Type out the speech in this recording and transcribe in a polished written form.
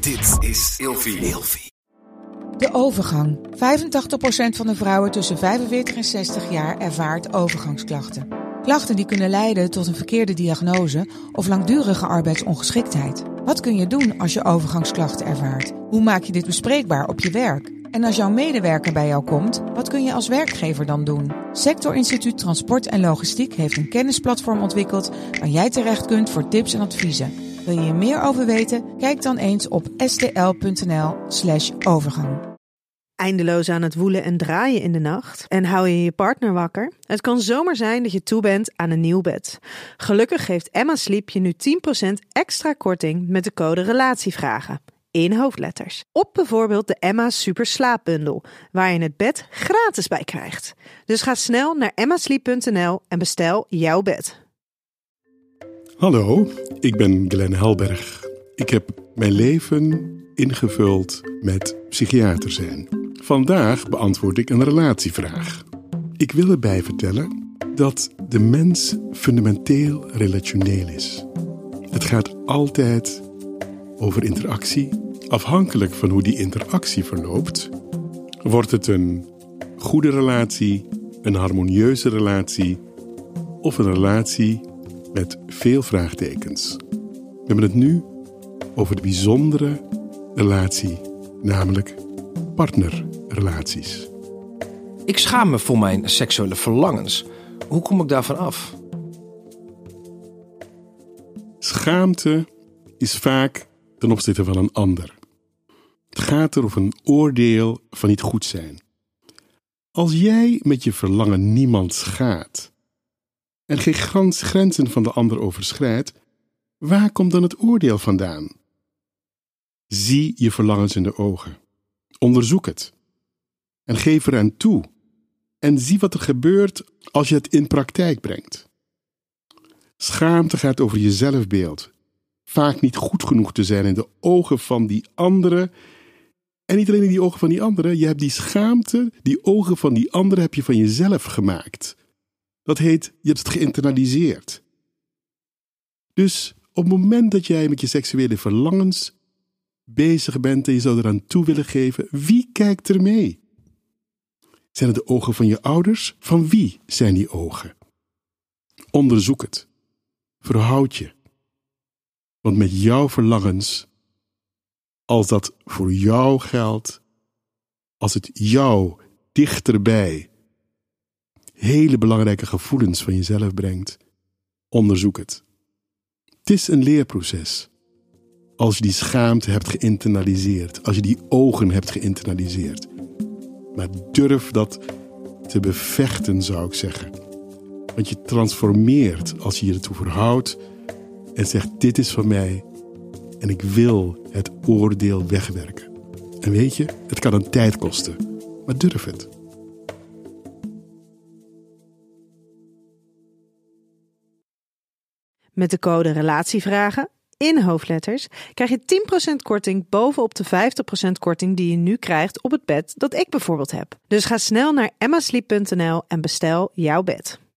Dit is Ilfie. De overgang. 85% van de vrouwen tussen 45 en 60 jaar ervaart overgangsklachten. Klachten die kunnen leiden tot een verkeerde diagnose of langdurige arbeidsongeschiktheid. Wat kun je doen als je overgangsklachten ervaart? Hoe maak je dit bespreekbaar op je werk? En als jouw medewerker bij jou komt, wat kun je als werkgever dan doen? Sectorinstituut Transport en Logistiek heeft een kennisplatform ontwikkeld waar jij terecht kunt voor tips en adviezen. Wil je hier meer over weten? Kijk dan eens op stl.nl/overgang. Eindeloos aan het woelen en draaien in de nacht en hou je je partner wakker? Het kan zomaar zijn dat je toe bent aan een nieuw bed. Gelukkig geeft Emma Sleep je nu 10% extra korting met de code RELATIEVRAGEN. In hoofdletters. Op bijvoorbeeld de Emma Super Slaapbundel, waar je het bed gratis bij krijgt. Dus ga snel naar emmasleep.nl en bestel jouw bed. Hallo, ik ben Glenn Helberg. Ik heb mijn leven ingevuld met psychiater zijn. Vandaag beantwoord ik een relatievraag. Ik wil erbij vertellen dat de mens fundamenteel relationeel is. Het gaat altijd over interactie. Afhankelijk van hoe die interactie verloopt, wordt het een goede relatie, een harmonieuze relatie of een relatie met veel vraagtekens. We hebben het nu over de bijzondere relatie, namelijk partnerrelaties. Ik schaam me voor mijn seksuele verlangens. Hoe kom ik daarvan af? Schaamte is vaak ten opzichte van een ander. Het gaat er over een oordeel van niet goed zijn. Als jij met je verlangen niemand schaadt en geen grenzen van de ander overschrijdt, waar komt dan het oordeel vandaan? Zie je verlangens in de ogen. Onderzoek het. En geef eraan toe. En zie wat er gebeurt als je het in praktijk brengt. Schaamte gaat over je zelfbeeld. Vaak niet goed genoeg te zijn in de ogen van die anderen. En niet alleen in die ogen van die anderen. Je hebt die schaamte, die ogen van die anderen heb je van jezelf gemaakt. Dat heet, je hebt het geïnternaliseerd. Dus op het moment dat jij met je seksuele verlangens bezig bent en je zou eraan toe willen geven, wie kijkt er mee? Zijn het de ogen van je ouders? Van wie zijn die ogen? Onderzoek het. Verhoud je. Want met jouw verlangens, als dat voor jou geldt, als het jou dichterbij hele belangrijke gevoelens van jezelf brengt, onderzoek het. Het is een leerproces. Als je die schaamte hebt geïnternaliseerd, als je die ogen hebt geïnternaliseerd. Maar durf dat te bevechten, zou ik zeggen. Want je transformeert als je je ertoe verhoudt en zegt, dit is van mij en ik wil het oordeel wegwerken. En weet je, het kan een tijd kosten, maar durf het. Met de code RELATIEVRAGEN in hoofdletters krijg je 10% korting bovenop de 50% korting die je nu krijgt op het bed dat ik bijvoorbeeld heb. Dus ga snel naar emmasleep.nl en bestel jouw bed.